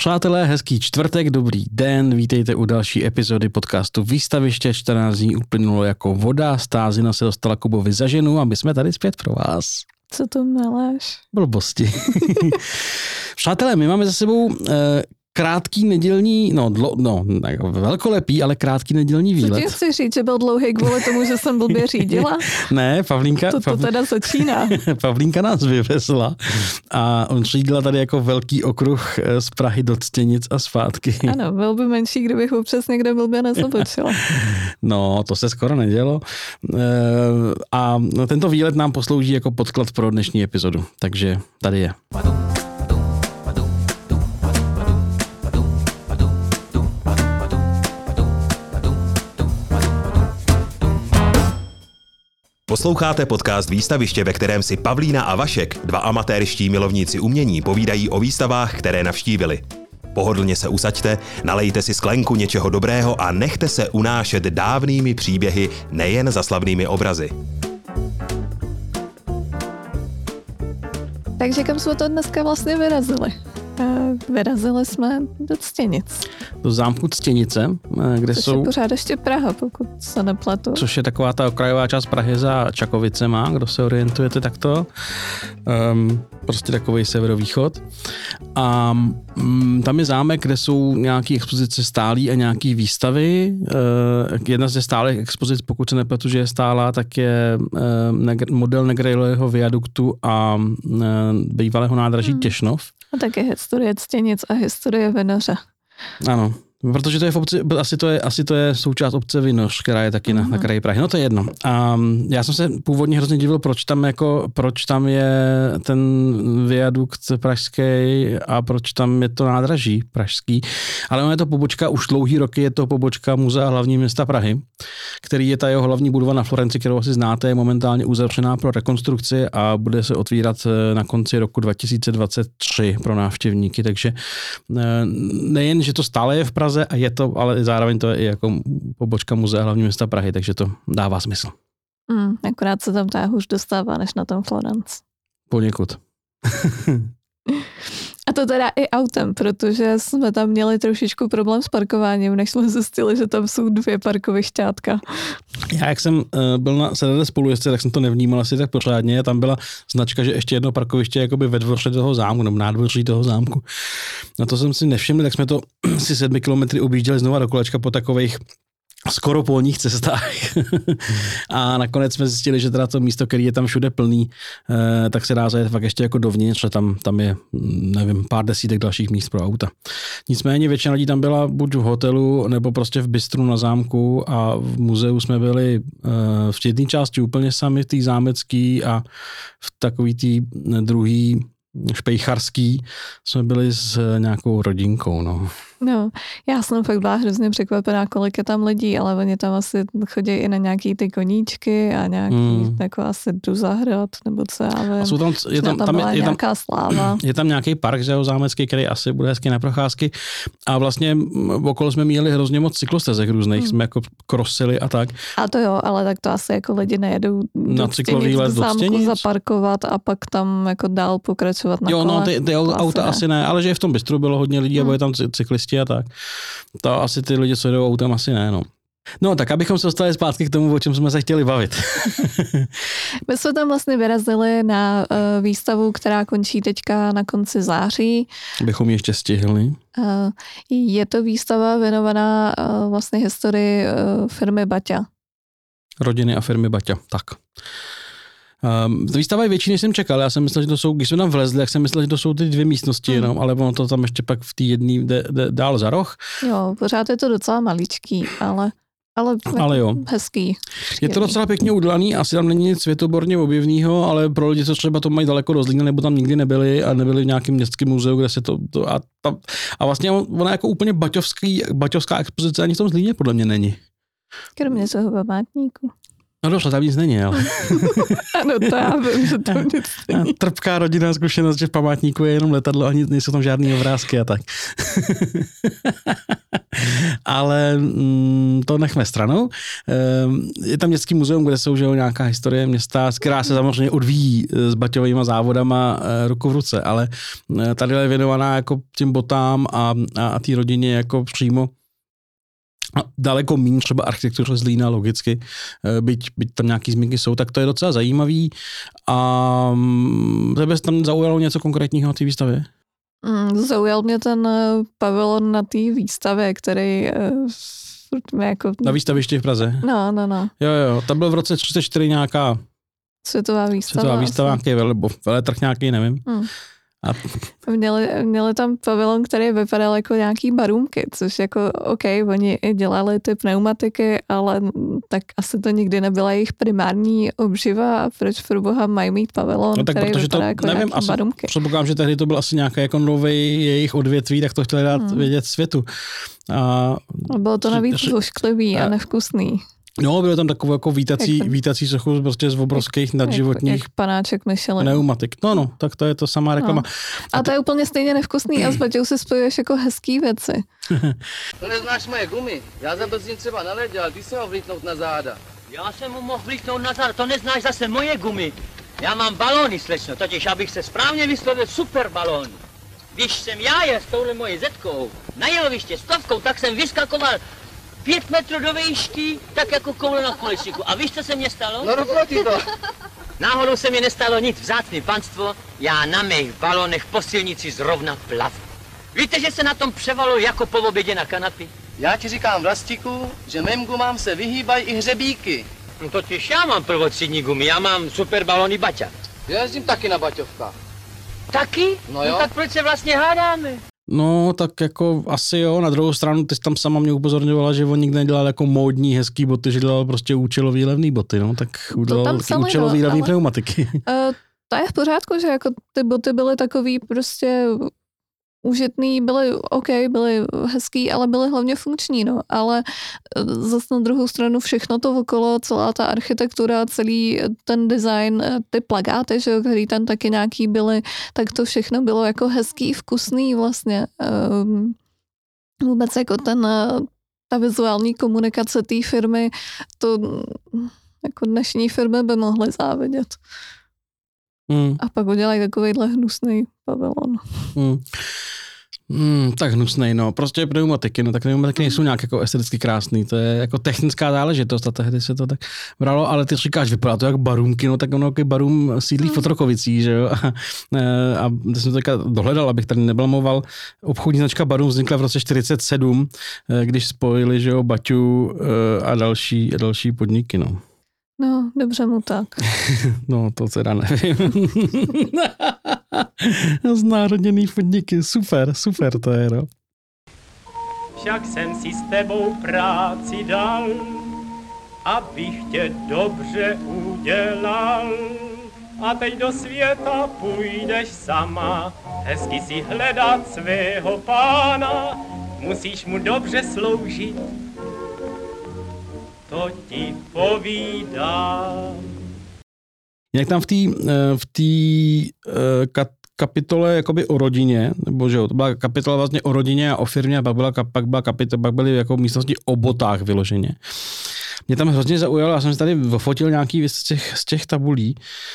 Přátelé, hezký čtvrtek, dobrý den, vítejte u další epizody podcastu Výstaviště. 14 dní uplynulo jako voda, Stázina se dostala Kubovi za ženu a my jsme tady zpět pro vás. Co to meláš? Blbosti. Přátelé, my máme za sebou krátký nedělní, velkolepý, ale krátký nedělní výlet. Co ti chci říct, že byl dlouhý kvůli tomu, že jsem blbě řídila? Ne, Pavlínka... To teda začíná. Pavlínka nás vyvezla a on řídila tady jako velký okruh z Prahy do Ctěnic a zpátky. Ano, byl by menší, kdybych občas někde blbě nezabočila. No, to se skoro nedělo. A tento výlet nám poslouží jako podklad pro dnešní epizodu, takže tady je. Posloucháte podcast Výstaviště, ve kterém si Pavlína a Vašek, dva amatérští milovníci umění, povídají o výstavách, které navštívili. Pohodlně se usaďte, nalejte si sklenku něčeho dobrého a nechte se unášet dávnými příběhy, nejen za slavnými obrazy. Takže kam jsme to dneska vlastně vyrazili? Vyrazili jsme do Ctěnic. Do zámku Ctěnice, kde což jsou... je pořád ještě Praha, pokud se nepletu. Což je taková ta okrajová část Prahy za Čakovicema, kdo se orientujete takto. Prostě takovej severovýchod. A tam je zámek, kde jsou nějaké expozice stálí a nějaké výstavy. Jedna ze stálých expozic, pokud se nepletu, že je stálá, tak je model Negrelliho viaduktu a bývalého nádraží Těšnov. A také historie Ctěnic a historie Vinoře. Ano, protože to je v obci, asi to je součást obce Vinoř, která je taky na kraji Prahy. No to je jedno. A já jsem se původně hrozně divil, proč tam je ten viadukt pražský a proč tam je to nádraží pražský. Ale ono je to pobočka, už dlouhý roky je to pobočka Muzea hlavního města Prahy, který je ta jeho hlavní budova na Florenci, kterou asi znáte, je momentálně uzavřená pro rekonstrukci a bude se otvírat na konci roku 2023 pro návštěvníky. Takže nejen, že to stále je v Praze a je to, ale zároveň to je i jako pobočka Muzea hlavního města Prahy, takže to dává smysl. Akorát se tam hůř dostává, než na tom Florence. Poněkud. A to teda i autem, protože jsme tam měli trošičku problém s parkováním, než jsme zjistili, že tam jsou 2 parkovišťátka. Já jak jsem byl na sedadle spolujezdce, tak jsem to nevnímal asi tak pořádně. Tam byla značka, že ještě jedno parkoviště jakoby ve dvoře toho zámku, nebo nádvoří toho zámku. Na to jsem si nevšiml, tak jsme to si 7 kilometry objížděli znova do kolečka po takových skoro polních cestách. A nakonec jsme zjistili, že teda to místo, který je tam všude plný, tak se dá zajet fakt ještě jako dovnitř, a tam je, nevím, pár desítek dalších míst pro auta. Nicméně většina lidí tam byla buď v hotelu, nebo prostě v bistru na zámku a v muzeu jsme byli v jedné části úplně sami, v té zámecký a v takový té druhý špejcharský jsme byli s nějakou rodinkou, no. No, já jsem fakt byla hrozně překvapená, kolik je tam lidí, ale oni tam asi chodí i na nějaký ty koníčky a nějaký jako asi jdu zahrad, nebo co já vím. A tam byla nějaká sláva. Je tam nějaký park, že jo, zámecký, který asi bude hezky na procházky a vlastně okolo jsme měli hrozně moc cyklostezek různých, jsme jako krosili a tak. A to jo, ale tak to asi jako lidi nejedou na cyklovýlet do Ctěnic, zaparkovat a pak tam jako dál pokračovat na kole. Jo, no ty auta asi ne, ale že v tom bistru bylo hodně lidí a byli tam cyklisti a tak. To asi ty lidi, co jdou autem, asi ne, no. No, tak abychom se dostali zpátky k tomu, o čem jsme se chtěli bavit. My jsme tam vlastně vyrazili na výstavu, která končí teďka na konci září. Bychom ji ještě stihli. Je to výstava věnovaná vlastně historii firmy Baťa. Rodiny a firmy Baťa, tak. Výstava je větší, než jsem čekal. Já jsem myslel, že to jsou, když jsme tam vlezli, jak jsem myslel, že to jsou ty 2 místnosti jenom, ale ono to tam ještě pak v té jedné jde dál za roh. Jo, pořád je to docela maličký, ale jo. Hezký. Je to docela pěkně udělaný, asi tam není nic světoborně objevného, ale pro lidi, co třeba to mají daleko rozlídne, nebo tam nikdy nebyli a nebyli v nějakém městském muzeu, kde se to a vlastně ona jako úplně baťovská expozice ani v tom Zlíně podle mě není. Kromě toho památníku. No dobře, tam nic není, ale. Ano, to já vím, že to nic není. Trpká rodinná zkušenost, že v památníku je jenom letadlo a nejsou tam žádný obrázky a tak. Ale to nechme stranou. Je tam městský muzeum, kde jsou nějaká historie města, která se samozřejmě odvíjí s baťovými závodama ruku v ruce, ale tady je věnovaná jako těm botám a té rodině jako přímo. Daleko méně třeba architektuře Zlína logicky, byť tam nějaký zmínky jsou, tak to je docela zajímavý. A tebe tam zaujalo něco konkrétního na té výstavě? Zaujal mě ten pavilon na té výstavě, který jako... Na výstavišti v Praze? No. Jo, tam byl v roce 34 nějaká světová výstava, nějaký veletrh nějaký, nevím. A... Měli tam pavilon, který vypadal jako nějaký barůmky, což jako OK, oni dělali ty pneumatiky, ale tak asi to nikdy nebyla jejich primární obživa a proč pro boha mají mít pavilon, no, tak který vypadá to, jako nevím, nějaký barůmky. Předpokládám, že tehdy to byl asi nějaký jako nový jejich odvětví, tak to chtěli dát vědět světu. A bylo to navíc vošklivý a nevkusný. No, bylo tam takové jako vítací sochu prostě z obrovských nadživotních jak panáček Michelin. Pneumatik. No, tak to je to samá reklama. No. A to je úplně stejně nevkusný a s Baťou si spojuješ jako hezký věci. To neznáš moje gumy. Já zabrzdím třeba na ledě, ale ty se mohl vlítnout na záda. Já jsem mu mohl vlítnout na záda, to neznáš zase moje gumy. Já mám balóny, slečno, totiž abych se správně vyslovil, super balóny. Když jsem já je s touhle mojí zetkou na jeloviště 100, tak jsem vyskakoval 5 metrů do výšky, tak jako koule na kolečníku. A víš, co se mně stalo? No proti to. Náhodou se mi nestalo nic, vzácný panstvo, já na mých balonech po silnici zrovna plavu. Víte, že se na tom převaluji jako po obědě na kanapy? Já ti říkám, Vlastíku, že mým gumám se vyhýbají i hřebíky. No totiž já mám prvotřídní gumy, já mám super balony Baťa. Já jezdím taky na baťovkách. Taky? No jo. No tak proč se vlastně hádáme? No, tak jako asi jo, na druhou stranu ty jsi tam sama mě upozorňovala, že on nikdy nedělal jako módní, hezký boty, že dělal prostě účelový levný boty, no, tak udělal účelový levný pneumatiky. To je v pořádku, že jako ty boty byly takový prostě užitný, byly OK, byly hezký, ale byly hlavně funkční, no, ale zase na druhou stranu všechno to okolo, celá ta architektura, celý ten design, ty plakáty, že jo, který tam taky nějaký byly, tak to všechno bylo jako hezký, vkusný vlastně. Vůbec jako ta vizuální komunikace té firmy, to jako dnešní firmy by mohly závidět. A pak udělají takovejhle hnusný pavilon. Tak hnusnej, no. Prostě pneumatiky, no tak pneumatiky nejsou nějak jako esteticky krásný, to je jako technická záležitost a tehdy se to tak bralo, ale ty říkáš, vypadá to jak barůmky, no tak ono jak barům sídlí v Otrokovicích, že jo. A teď jsem to teďka dohledal, abych tady neblamoval. Obchodní značka Barum vznikla v roce 1947, když spojili, že jo, Baťu a další podniky, no. No, dobře mu tak. No, to teda nevím. Znárodněný podniky, super to je, no. Však jsem si s tebou práci dal, abych tě dobře udělal. A teď do světa půjdeš sama, hezky si hledat svého pána, musíš mu dobře sloužit, to ti povídám. Jak tam v té kapitole jakoby o rodině, nebo že jo, to byla kapitola vlastně o rodině a o firmě a pak byly jako místnosti o botách vyloženě. Mě tam hrozně zaujalo, já jsem si tady vyfotil nějaký věc z těch tabulí,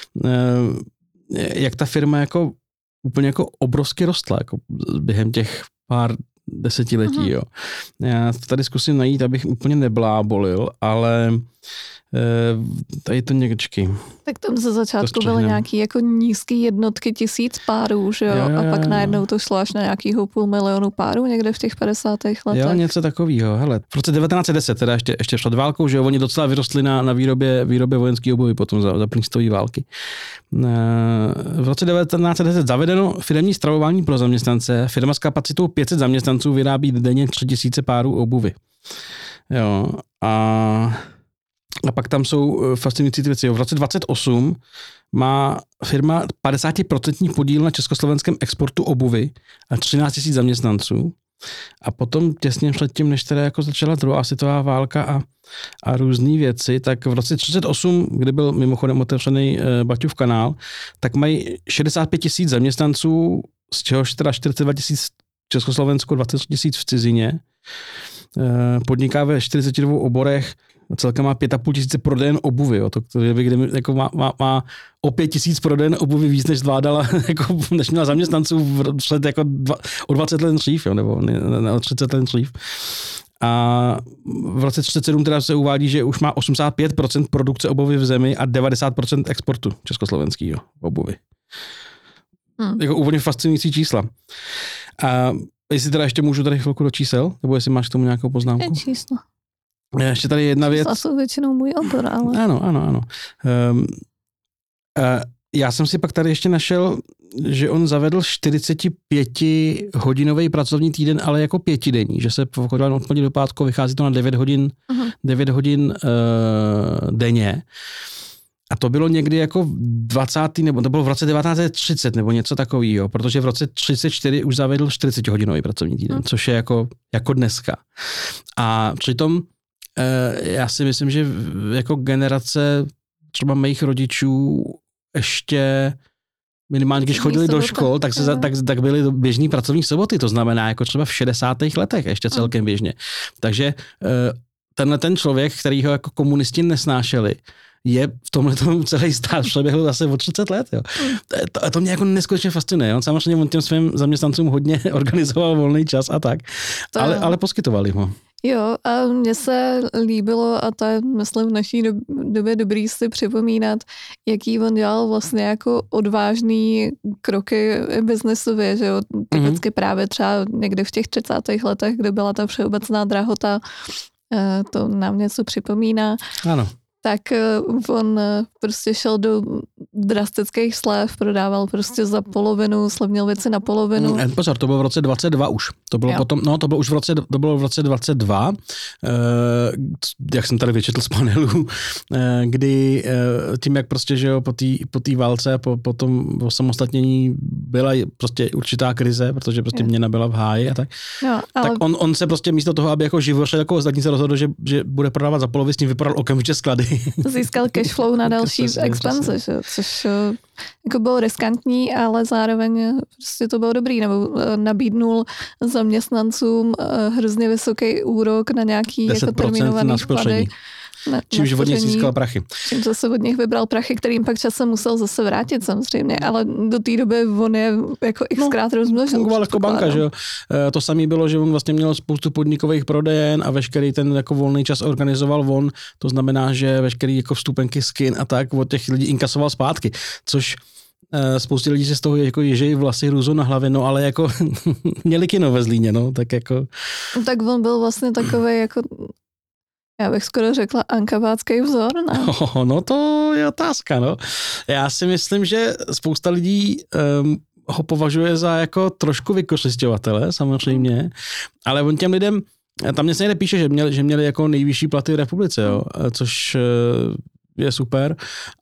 jak ta firma jako úplně jako obrovsky rostla jako během těch pár desetiletí, jo. Já to tady zkusím najít, abych úplně neblábolil, ale tady to někčky. Tak tam ze začátku byly nějaký jako nízký jednotky 1000 párů, že jo? A pak najednou to šlo až na nějakýho 500 000 párů někde v těch 50. letech. Jo, něco takového. Hele, v roce 1910, teda ještě před válkou, že jo, oni docela vyrostli na výrobě vojenské obuvi potom za plynstové války. V roce 1910 zavedeno firemní stravování pro zaměstnance. Firma s kapacitou 500 zaměstnanců vyrábí denně 3000 párů obuvy. Jo, a pak tam jsou fascinující věci. V roce 28 má firma 50% podíl na československém exportu obuvy a 13 000 zaměstnanců. A potom těsně předtím, než teda jako začala druhá světová válka a různé věci, tak v roce 1938, kdy byl mimochodem otevřený Baťův kanál, tak mají 65 000 zaměstnanců, z čehož teda 42 000 v Československu, 23 000 v cizině. Podniká ve 42 oborech, celkem má 5 500 prodejen obuvy. Jo. To by, kde jako má o 5 000 prodejen obuvy víc, než zvládala, jako, než měla zaměstnanců jako o 20 let dřív, jo, nebo o 30 let dřív. A v roce 1937 teda se uvádí, že už má 85% produkce obuvy v zemi a 90% exportu československého obuvy. Jako úplně fascinující čísla. A jestli teda ještě můžu tady chvilku do čísel, nebo jestli máš k tomu nějakou poznámku? Číslo. Ještě tady jedna věc. To jsou většinou můj obor, ale... Ano. Já jsem si pak tady ještě našel, že on zavedl 45-hodinový pracovní týden, ale jako 5denní, že se chodil od pondělí do pátku, vychází to na 9 hodin, 9 hodin denně. A to bylo někdy jako 20. nebo to bylo v roce 1930 nebo něco takového, protože v roce 1934 už zavedl 40-hodinový pracovní týden, což je jako dneska. A přitom já si myslím, že jako generace třeba mých rodičů ještě minimálně, když chodili do škol, tak byly běžný pracovní soboty, to znamená jako třeba v 60. letech ještě celkem běžně. Takže tenhle ten člověk, který ho jako komunisti nesnášeli, je v tomhletom celý stát přeběhl zase o 30 let. Jo. To mě jako neskutečně fascinuje. On samozřejmě těm svým zaměstnancům hodně organizoval volný čas a tak, ale poskytovali ho. Jo, a mně se líbilo, a to je, myslím, v naší době dobrý si připomínat, jaký on dělal vlastně jako odvážný kroky biznesově, že jo, typicky právě třeba někde v těch 30. letech, kde byla ta všeobecná drahota, to nám něco připomíná. Ano. Tak on prostě šel do drastických slev, prodával prostě za polovinu, slevnil věci na polovinu. Pozor, to bylo v roce 22 už. To bylo potom, to bylo už v roce 22, jak jsem tady vyčetl z panelu, kdy tím, jak prostě, že jo, po té válce, po tom samostatnění byla prostě určitá krize, protože prostě měna byla v háji a tak. No, ale... Tak on se prostě místo toho, aby jako živořil jako ostatní, se rozhodl, že bude prodávat za polovinu, s tím vypadal okamžitě sklady. Získal cash flow na další expanze, což jako bylo riskantní, ale zároveň prostě to bylo dobrý, nebo nabídnul zaměstnancům hrozně vysoký úrok na nějaký jako terminovaný vklady. Čímž od nich získal prachy. Čím zase od nich vybral prachy, kterým pak časem musel zase vrátit samozřejmě, ale do té doby on je jako xkrát rozmnožil. Fungoval jako banka, že jo. To samé bylo, že on vlastně měl spoustu podnikových prodejen a veškerý ten jako volný čas organizoval on, to znamená, že veškerý jako vstupenky, skin a tak od těch lidí inkasoval zpátky, což spoustě lidí se z toho jako ježejí vlasy hrůzu na hlavě, no ale jako měli kino ve Zlíně, no, tak jako... Tak on byl vlastně takovej jako... Já bych skoro řekla ankabácký vzor, ne? No to je otázka, no. Já si myslím, že spousta lidí ho považuje za jako trošku vykořisťovatele, samozřejmě, ale on těm lidem, tam mě se někde píše, že měli jako nejvyšší platy v republice, jo, což je super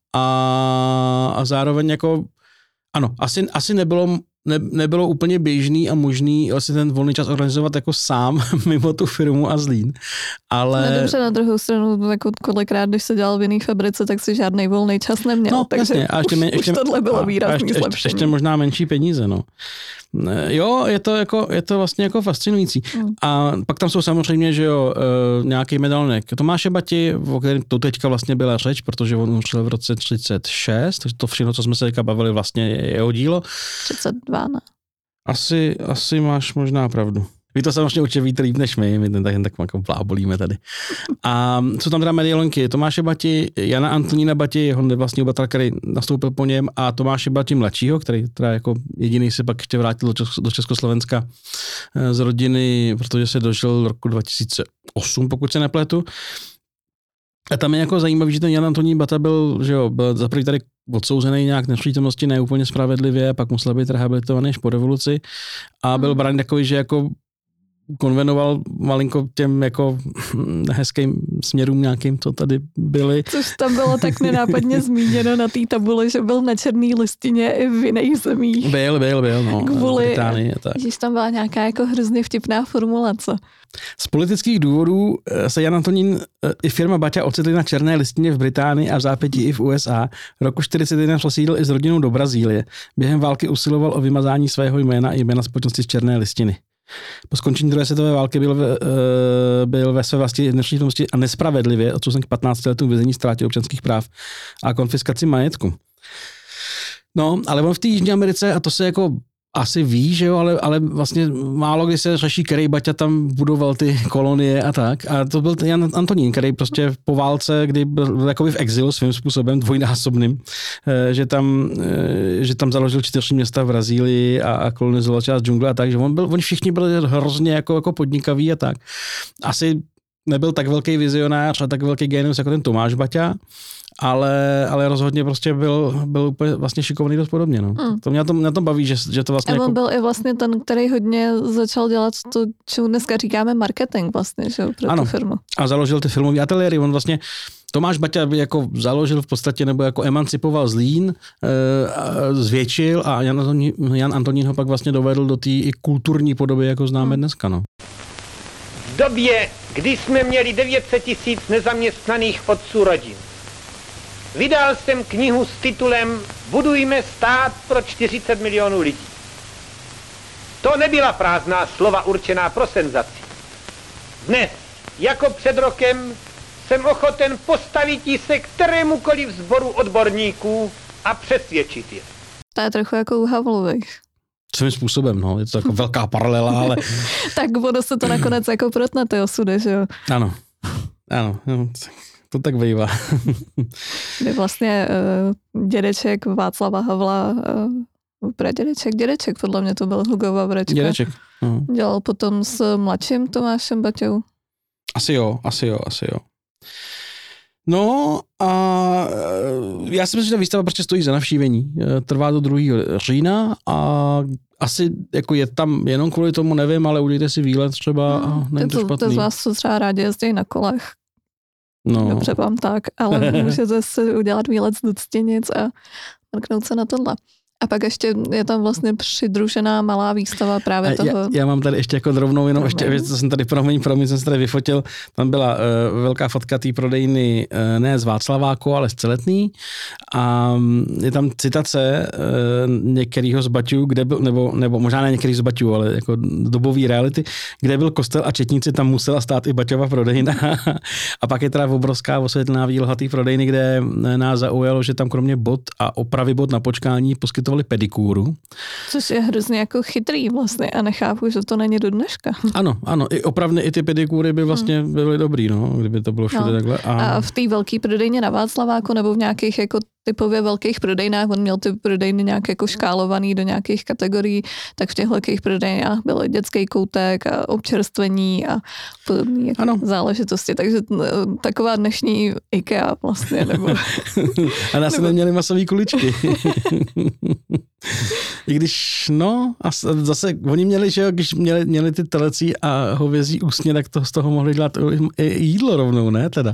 a zároveň jako, ano, asi nebylo úplně běžný a možný vlastně ten volný čas organizovat jako sám mimo tu firmu a Zlín. Ale... No dobře, na druhou stranu, jako kolikrát, když se dělal v jiný fabrice, tak si žádný volný čas neměl. No, takže jasně. A ještě tohle bylo výrazný zlepšení. Ještě možná menší peníze, no. Jo, je to vlastně jako fascinující. A pak tam jsou samozřejmě, že jo, nějaký medalnek Tomáše Bati, o kterém to teďka vlastně byla řeč, protože on umřel v roce 36, takže to všechno, co jsme se teďka bavili, vlastně je jeho dílo. 32, ne? Asi máš možná pravdu. Vy to samozřejmě určitě víte líp než my ten tak jako plábolíme tady. A jsou tam teda medailonky Tomáše Bati, Jana Antonína Bati, jeho nevlastního bratra, který nastoupil po něm, a Tomáše Bati mladšího, který teda jako jediný se pak ještě vrátil do Československa z rodiny, protože se dožil roku 2008, pokud se nepletu. A tam je jako zajímavý, že ten Jan Antonín Bata byl za první tady odsouzený nějak nepřítomnosti neúplně spravedlivě, pak musel být rehabilitovaný až po revoluci a byl braný takový, že jako konvenoval malinko těm jako hezkým směrům nějakým, co tady byly. Což tam bylo tak nenápadně zmíněno na té tabuli, že byl na černý listině i v jiných zemích. Byl, no. Kvůli, Británii, když tam byla nějaká jako hrozně vtipná formulace. Z politických důvodů se Jan Antonín i firma Baťa ocitli na černé listině v Británii a v zápětí i v USA. V roku 1941 přesídlil i s rodinou do Brazílie. Během války usiloval o vymazání svého jména i jména společnosti z černé listiny. Po skončení druhé světové války byl ve své vlasti nepřítomnosti a nespravedlivě odsouzen k 15 letům vězení, ztrátě občanských práv a konfiskaci majetku. No, ale on v té Jižní Americe, a to se jako asi ví, že jo, ale vlastně málo kdy se řeší, který Baťa tam budoval ty kolonie a tak. A to byl Jan Antonín, který prostě po válce, kdy byl jakoby v exilu svým způsobem dvojnásobným, že tam založil 4 města v Brazílii a kolonizoval část džungle a tak, že oni všichni byli hrozně jako podnikaví a tak. Asi nebyl tak velký vizionář a tak velký génius jako ten Tomáš Baťa, ale rozhodně prostě byl úplně vlastně šikovný dost podobně. No. To mě na tom baví, že to vlastně... A on byl i vlastně ten, který hodně začal dělat to, čemu dneska říkáme marketing vlastně, že pro tu firmu. A založil ty filmové ateliéry. On vlastně Tomáš Baťa jako založil v podstatě nebo jako emancipoval Zlín, zvětšil a Jan Antonín ho pak vlastně dovedl do té i kulturní podoby, jako známe dneska. No. V době, kdy jsme měli 900 000 nezaměstnaných otců rodin, vydal jsem knihu s titulem Budujme stát pro 40 milionů lidí. To nebyla prázdná slova určená pro senzaci. Dnes, jako před rokem, jsem ochoten postavit se kterémukoliv sboru odborníků a přesvědčit je. To je trochu jako u Havlových. Svým způsobem, no, je to jako velká paralela, ale... Tak ono se to nakonec jako protne ty osudy, že jo? Ano. To tak bývá. Kdy vlastně dědeček Václava Havla, dědeček, podle mě to byl Hugova Brečka. Dědeček. Dělal potom s mladším Tomášem Baťou. Asi jo. No a já si myslím, že ta výstava prostě stojí za navštívení. Trvá do 2. října a asi jako je tam jenom kvůli tomu, nevím, ale udějte si výlet třeba a není to špatný. To z vás, co třeba rádi jezdí na kolech. No. Dobře vám tak, ale můžete si udělat výlet z Doctěnic a mrknout se na tohle. A pak ještě je tam vlastně přidružená malá výstava právě toho. Já mám tady ještě jako drobnou jenom, ještě, co jsem tady, promiň, jsem se tady vyfotil, tam byla velká fotka té prodejny, ne z Václaváku, ale z Celetný a je tam citace některýho z Baťů, kde byl, nebo možná ne některý z Baťů, ale jako dobový reality, kde byl kostel a četnici, tam musela stát i Baťova prodejna a pak je teda obrovská osvětlená výloha té prodejny, kde nás zaujalo, že tam kromě bot a opravy bot na počkání poskytovali pedikúru. Což je hrozně jako chytrý vlastně a nechápu, že to není do dneška. Ano, i opravdu i ty pedikúry by vlastně byly dobrý, no, kdyby to bylo všude takhle. A v té velké prodejně na Václaváku nebo v nějakých jako typově velkých prodejnách, on měl ty prodejny nějak jako škálovaný do nějakých kategorií, tak v těch velkých prodejnách byl dětský koutek a občerstvení a podobné jako záležitosti. Takže taková dnešní IKEA vlastně. Nebo, a nás neměli masové kuličky. I když, no, a zase oni měli, že jo, když měli ty telecí a hovězí ústně, tak to z toho mohli dělat i jídlo rovnou, ne teda?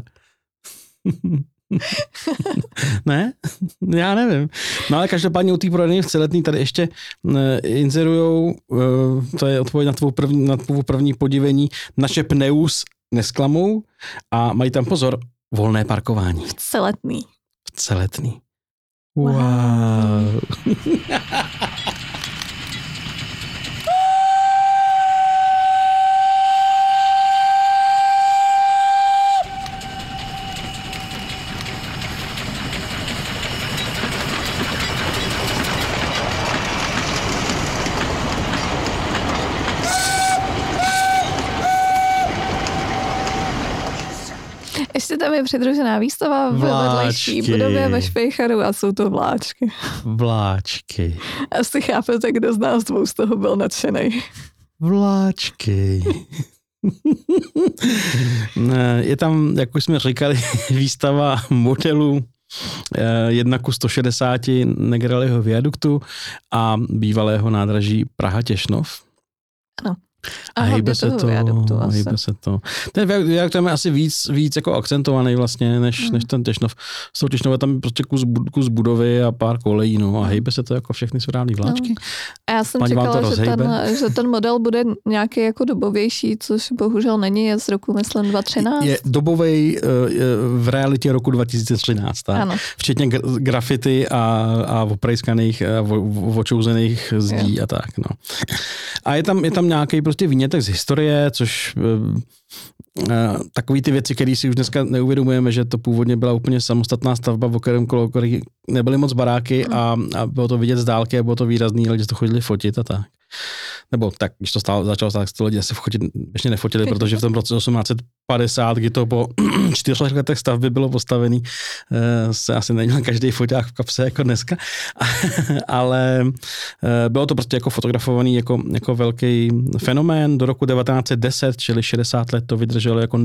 Ne? Já nevím. No ale každopádně u té prodejny v Celetný tady ještě inzerujou, to je odpověď na tvou první podivení, naše pneus nesklamou a mají tam pozor, volné parkování. V Celetný. Wow. Ještě tam je přidružená výstava v vedlejší budově ve Švejcharu a jsou to vláčky. Vláčky. Asi chápete, kdo z nás dvou z toho byl nadšenej. Vláčky. Je tam, jak už jsme říkali, výstava modelů 1:160 Negrelliho viaduktu a bývalého nádraží Praha-Těšnov. Ano. A hejbe se to. Ten viadukt je asi víc jako akcentovaný vlastně, než ten Tišnov. S tou Tišnovou tam je prostě kus budovy a pár kolejí, no a hejbe se to jako všechny správný vláčky. A já jsem čekala, že ten model bude nějaký jako dobovější, což bohužel není, je z roku, myslím, 2013. Je dobovej v realitě roku 2013, tak? Ano. Včetně grafity a oprejskaných, očouzených zdí a tak, no. A je tam nějaký prostě výnětek z historie, což takový ty věci, které si už dneska neuvědomujeme, že to původně byla úplně samostatná stavba, o kterém nebyly moc baráky a bylo to vidět z dálky a bylo to výrazný, lidi to chodili fotit a tak. Nebo tak, když to začalo stát, to lidi asi ještě nefotili, protože v tom roce 1850, kdy to po 4 letech stavby bylo postavený, se asi neměl každý foťák v kapse jako dneska, ale bylo to prostě jako fotografovaný jako velký fenomén. Do roku 1910, čili 60 let to vydrželo jako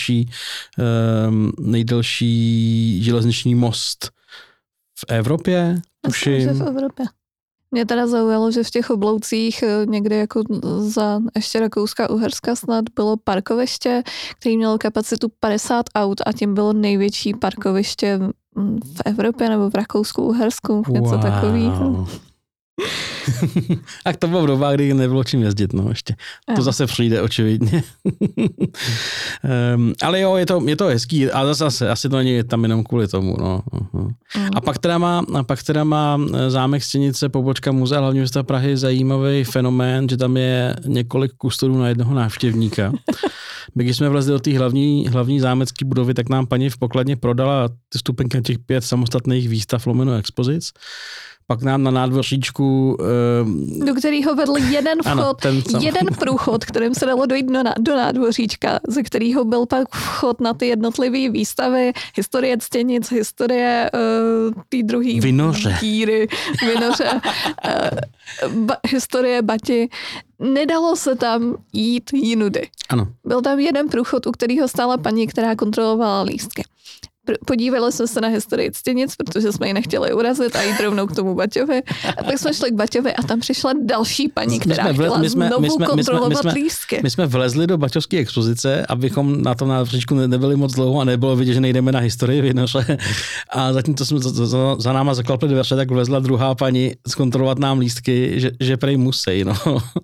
nejdelší železniční most v Evropě, tuším. V Evropě. Mě teda zaujalo, že v těch obloucích někdy jako za ještě Rakouska-Uherska snad bylo parkoviště, který mělo kapacitu 50 aut a tím bylo největší parkoviště v Evropě nebo v Rakousku-Uhersku, něco takového. A to bylo v dobách, kdy nebylo čím jezdit, no ještě. To zase přijde, očividně. Ale jo, je to hezký, ale zase asi to není tam jenom kvůli tomu, no. A pak teda má zámek Stěnice, pobočka Muzea hlavního města Prahy, zajímavý fenomén, že tam je několik kustorů na jednoho návštěvníka. My, když jsme vlezli do té hlavní zámecké budovy, tak nám paní v pokladně prodala ty stupenky těch 5 samostatných výstav / expozic. Pak nám na nádvoříčku... do kterého vedl jeden vchod, jeden průchod, kterým se dalo dojít do nádvoříčka, ze kterého byl pak vchod na ty jednotlivé výstavy, historie Stěnic, historie té druhé díry, Vinoře, historie Bati. Nedalo se tam jít jinudy. Ano. Byl tam jeden průchod, u kterého stála paní, která kontrolovala lístky. Podívali jsme se na historii Stěnic, protože jsme ji nechtěli urazit a jít rovnou k tomu Baťovi. A tak jsme šli k Baťovi a tam přišla další paní, která chtěla znovu kontrolovat lístky. My jsme vlezli do Baťovské expozice, abychom na tom návštěvníku nebyli moc dlouho a nebylo vidět, že nejdeme na historii Vinoře. A zatímco jsme za náma zaklapli dveře, tak vlezla druhá paní zkontrolovat nám lístky, že prej musí, no.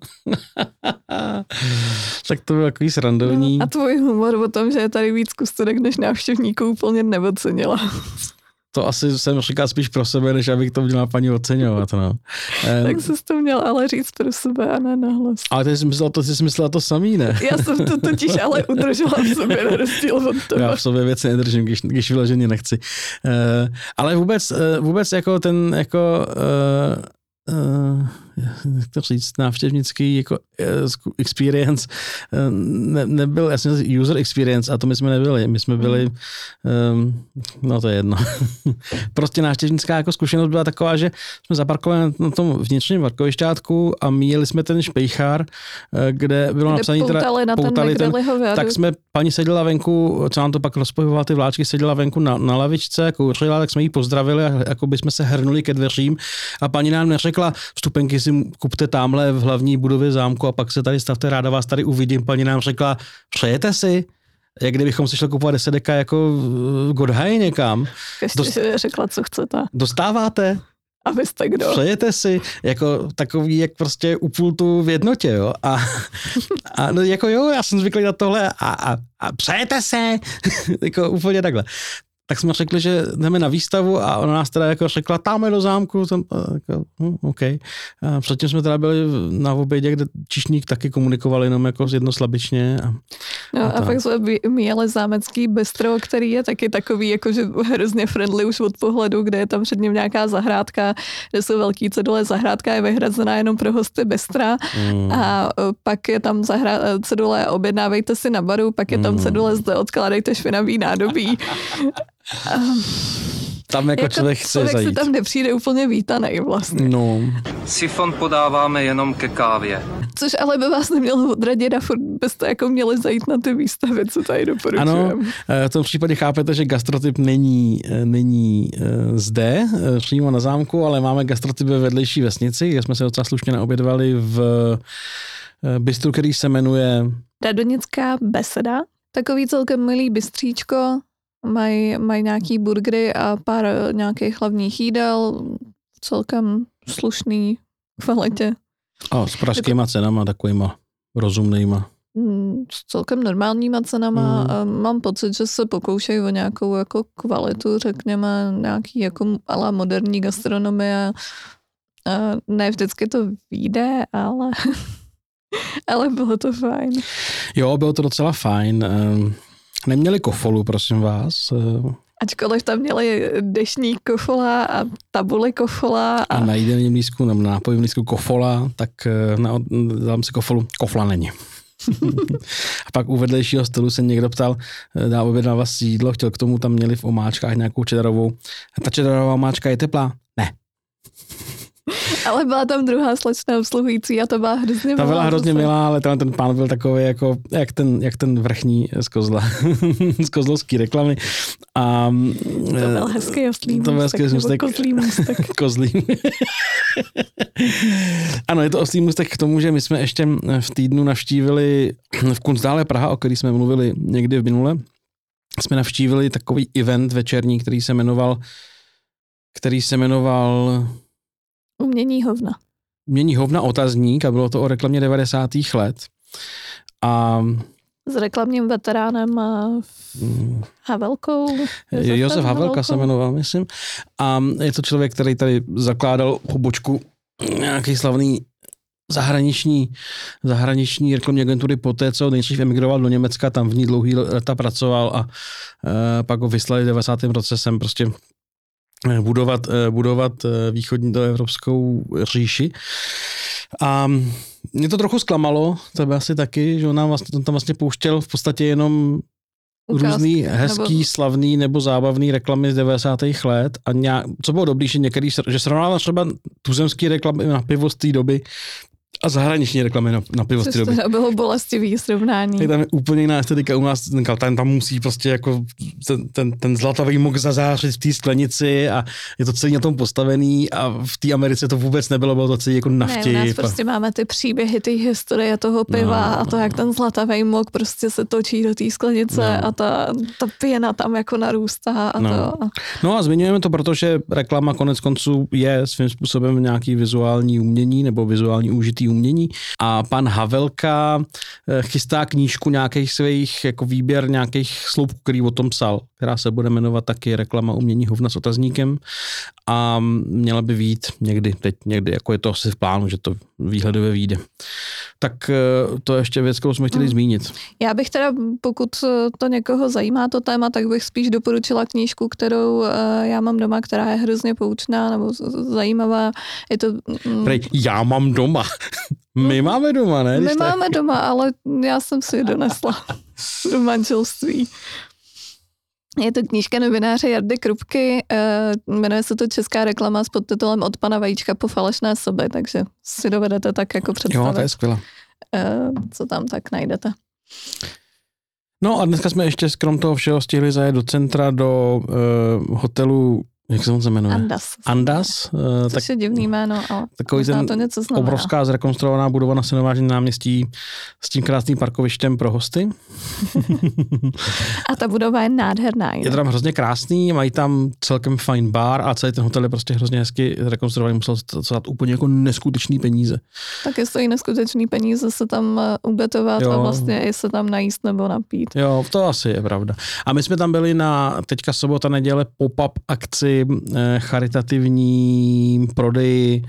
Tak to bylo takový srandovní. No, a tvůj humor o tom, že je tady víc kustorek než návštěvníků, úplně neocenila. To asi jsem říkal spíš pro sebe, než abych to měla paní oceňovat, no. Tak jsi to měl ale říct pro sebe a ne nahlas. Ale ty jsi myslela to samý, ne? Já jsem to totiž ale udržela v sobě, na rozdíl od toho. Já v sobě věci nedržím, když vyloženě nechci. Ale vůbec jako ten, jako... jak to říct, návštěvnický jako experience nebyl, jasně user experience a to my jsme nebyli, my jsme byli no to je jedno. Prostě návštěvnická jako zkušenost byla taková, že jsme zaparkovali na tom vnitřním parkovišťátku a míjeli jsme ten špejchár, kde bylo napsané poutali ten, tak jsme, paní seděla venku, co nám to pak rozpojovala ty vláčky, seděla venku na lavičce, kouřila, tak jsme jí pozdravili a jako by jsme se hrnuli ke dveřím a paní nám neřekla, vstupenky si kupte tamhle v hlavní budově zámku a pak se tady stavte, ráda vás tady uvidím. Paní nám řekla, přejete si? Jak kdybychom si šli kupovat 10 deka jako Godhaj někam. Ještě řekla, co chcete. Dostáváte? A vy jste kdo? Přejete si, jako takový, jak prostě u pultu v jednotě, jo. A no, jako jo, já jsem zvyklý na tohle a přejete se? Jako úplně takhle. Tak jsme řekli, že jdeme na výstavu a ona nás teda jako řekla, tam je do zámku, tam, jako, OK. A předtím jsme teda byli na obědě, kde čišník taky komunikoval jenom jako jednoslabičně. A pak jsme měli zámecký bistro, který je taky takový jakože hrozně friendly už od pohledu, kde je tam před ním nějaká zahrádka, kde jsou velký cedule, zahrádka je vyhrazená jenom pro hosty bistra a pak je tam cedule objednávejte si na baru, pak je tam cedule zde odkládejte špinavý nádobí. Tam jako člověk chce zajít. Si tam nepřijde úplně vítanej vlastně. No. Sifon podáváme jenom ke kávě. Což ale by vás nemělo odradit a furt byste jako měli zajít na ty výstavy, co tady doporučujeme. Ano, v tom případě chápete, že gastrotyp není zde, přímo na zámku, ale máme gastrotyp ve vedlejší vesnici, kde jsme se docela slušně naobědvali v bistru, který se jmenuje Radonická beseda. Takový celkem milý bistříčko. Mají nějaký burgery a pár nějakých hlavních jídel. Celkem slušný kvalitě. A s pražskýma cenama, takovýma rozumnýma. S celkem normálníma cenama. Mám pocit, že se pokoušejí o nějakou jako kvalitu, řekněme, nějaký jako ala moderní gastronomie. Ne vždycky to vyjde, ale bylo to fajn. Jo, bylo to docela fajn. Neměli kofolu, prosím vás. Ačkoliv tam měli deštník kofola a tabuli kofola. A na jídelním lístku, nebo na nápojovém lístku kofola, tak dám si kofolu. Kofla není. A pak u vedlejšího stolu se někdo ptal, dá objednávat si jídlo, chtěl k tomu, tam měli v omáčkách nějakou cheddarovou. Ta cheddarová omáčka je teplá? Ne. Ale byla tam druhá slečna obsluhující a to byla hrozně milá. Ta byla hrozně milá, ale ten pán byl takový jako, jak ten vrchní z Kozla. Z kozlovský reklamy. A, to byl hezký oslý můstek. Kozlý můstek. Kozlý. Ano, je to oslý můstek k tomu, že my jsme ještě v týdnu navštívili v Kunstdále Praha, o který jsme mluvili někdy v minule, jsme navštívili takový event večerní, který se jmenoval Umění hovna otazník a bylo to o reklamě 90. let. A s reklamním veteránem Havelkou. Josef Havelka se jmenoval, myslím. A je to člověk, který tady zakládal pobočku nějaký slavný zahraniční reklamní agentury poté, co nejdřív emigroval do Německa, tam v ní dlouhý leta pracoval a pak ho vyslali v 90. roce sem prostě budovat východní do evropskou říši. A mě to trochu zklamalo, tebe asi taky, že on tam vlastně pouštěl v podstatě jenom různý hezký, slavný nebo zábavný reklamy z 90. let a co bylo dobrý, že srovnával třeba tuzemský reklamy na pivo z té doby a zahraniční reklamy na pivo z té doby. To bylo bolestivý srovnání. Tak tam je úplně jiná estetika u nás, tam musí prostě jako ten zlatavý mok zazářit v té sklenici a je to celý na tom postavený a v té Americe to vůbec nebylo, bylo to celý jako navtip. Ne, u nás prostě máme ty příběhy, ty historie toho piva a to, jak ten zlatavý mok prostě se točí do té sklenice a ta pěna tam jako narůstá a to. No a zmiňujeme to, protože reklama konec konců je svým způsobem nějaký vizuální umění nebo vizuální užitý umění a pan Havelka chystá knížku nějakých svých jako výběr nějakých sloupků, který o tom psal, která se bude jmenovat taky Reklama umění hovna s otazníkem a měla by vyjít někdy, jako je to asi v plánu, že to výhledově vyjde. Tak to je ještě věc, kterou jsme chtěli zmínit. Já bych teda, pokud to někoho zajímá to téma, tak bych spíš doporučila knížku, kterou já mám doma, která je hrozně poučná nebo zajímavá. Je to... Já mám doma. My máme doma, ne? My máme doma, ale já jsem si ji donesla do manželství. Je to knížka novináře Jardy Krupky, jmenuje se to Česká reklama s podtitulem Od pana Vajíčka po falešné soby, takže si dovedete tak jako představit. Jo, to je skvělé. Co tam tak najdete. No a dneska jsme ještě krom toho všeho stihli zajet do centra, do hotelu, jak se on se jmenuje? Andas. Což je divný jméno, ale takový ten to něco znamená. Obrovská zrekonstruovaná budova na Synovážním náměstí s tím krásným parkovištěm pro hosty. A ta budova je nádherná. Je to tam hrozně krásný, mají tam celkem fajn bar a celý ten hotel je prostě hrozně hezky zrekonstruovaný, musel stát úplně jako neskutečný peníze. Taky stojí neskutečný peníze se tam ubytovat a vlastně i se tam najíst nebo napít. Jo, to asi je pravda. A my jsme tam byli na teďka sobota, neděle pop-up akci charitativní prodeji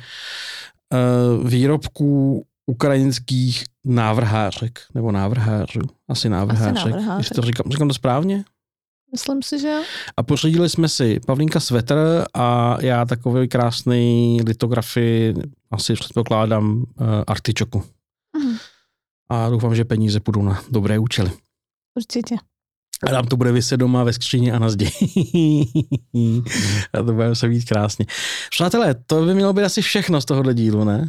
výrobků ukrajinských návrhářek, nebo návrhářů. Asi návrhářek. Jestli to říkám to správně? Myslím si, že jo. A pořídili jsme si Pavlínka svetr a já takový krásný litografii, asi předpokládám artičoku. A doufám, že peníze půjdou na dobré účely. Určitě. A tam to bude viset doma ve skříni a na zdi. A to bude se vidět krásně. Přátelé, to by mělo být asi všechno z tohohle dílu, ne?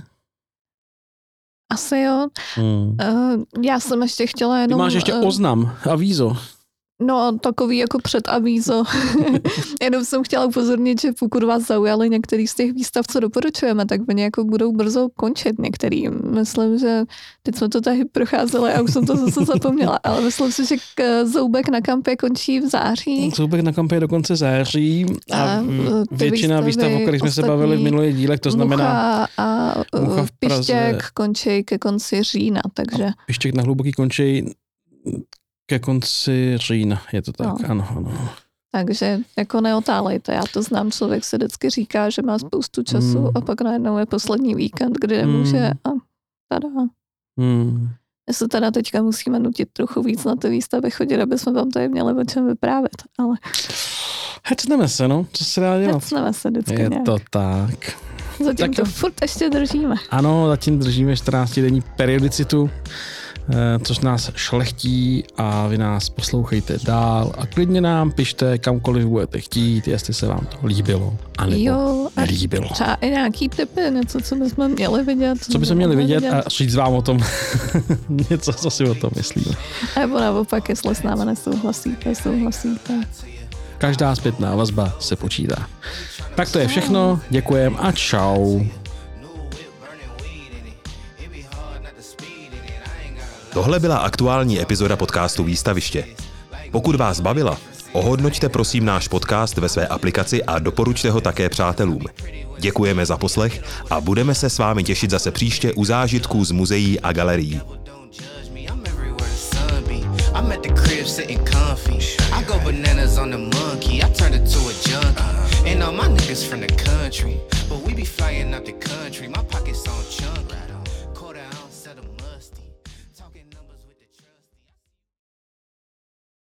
Asi jo. Já jsem ještě chtěla jenom... Ty máš ještě oznam, avízo. No, takový jako předavízo. Jenom jsem chtěla upozornit, že pokud vás zaujaly některý z těch výstav, co doporučujeme, tak oni jako budou brzo končit některý. Myslím, že teď jsme to taky procházeli a už jsem to zase zapomněla, ale myslím si, že Zoubek na kampě končí v září. Zoubek na kampě do konce září a většina výstav, o kterých jsme se bavili v minulých dílech, to znamená Mucha v Pištěk končí ke konci října, takže... Pištěk na Hluboký končí ke konci října, je to tak, no. Ano. Takže jako neotálejte, já to znám, člověk se vždycky říká, že má spoustu času a pak najednou je poslední víkend, kdy nemůže a tada. My se teda teďka musíme nutit trochu víc na ty výstavy chodit, aby jsme vám tady měli o čem vyprávět, ale... Hecneme se, no, co se dá dělat? Hecneme se vždycky je nějak. To tak. Zatím tak to furt ještě držíme. Ano, zatím držíme 14denní periodicitu, což nás šlechtí a vy nás poslouchejte dál a klidně nám pište kamkoliv budete chtít, jestli se vám to líbilo, anebo nelíbilo. Třeba i nějaký tipy, něco, co bychom měli vidět. Co bychom měli vidět a říct vám o tom něco, co si o tom myslíme. Nebo naopak, jestli s námi nesouhlasíte. Každá zpětná vazba se počítá. Tak to je všechno, děkujem a čau. Tohle byla aktuální epizoda podcastu Výstaviště. Pokud vás bavila, ohodnoťte prosím náš podcast ve své aplikaci a doporučte ho také přátelům. Děkujeme za poslech a budeme se s vámi těšit zase příště u zážitků z muzeí a galerií. I'm at the crib sitting comfy. I go bananas on the monkey. I turned it to a junkie. And all my niggas from the country. But we be flying out the country. My pockets on chunk.